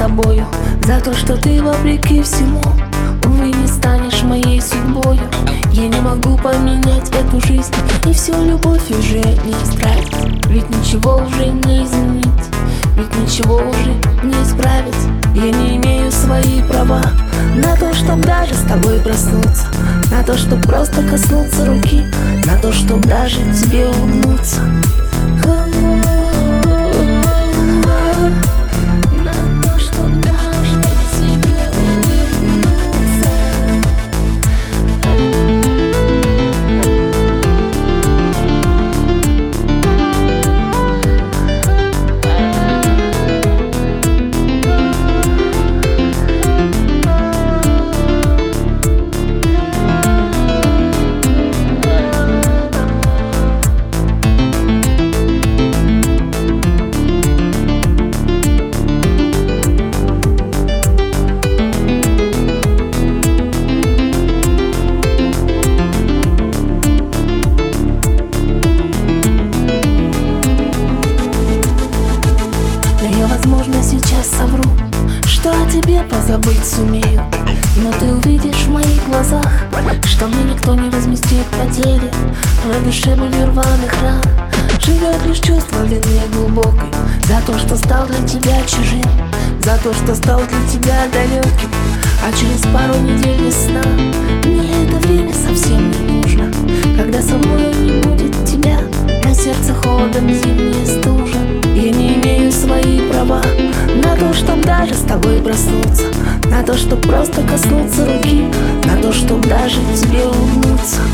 тобою, за то, что ты вопреки всему, увы, не станешь моей судьбою. Я не могу поменять эту жизнь, и всю любовь уже не исправить. Ведь ничего уже не изменить, ведь ничего уже не исправить. Я не имею свои права на то, чтоб даже с тобой проснуться, на то, чтоб просто коснуться руки, на то, чтоб даже тебе улыбнуться. Возможно, сейчас совру, что о тебе позабыть сумею, но ты увидишь в моих глазах, что мне никто не возместит потери. На душе были рваных ран, живет лишь чувство вины глубокой, за то, что стал для тебя чужим, за то, что стал для тебя далеким. А через пару недель весна, мне это время совсем не нужно, когда со мной не будет тебя, на сердце холодом зимняя стужа. Я не имею свои права на то, чтоб даже с тобой проснуться, на то, чтоб просто коснуться руки, на то, чтоб даже тебе улыбнуться.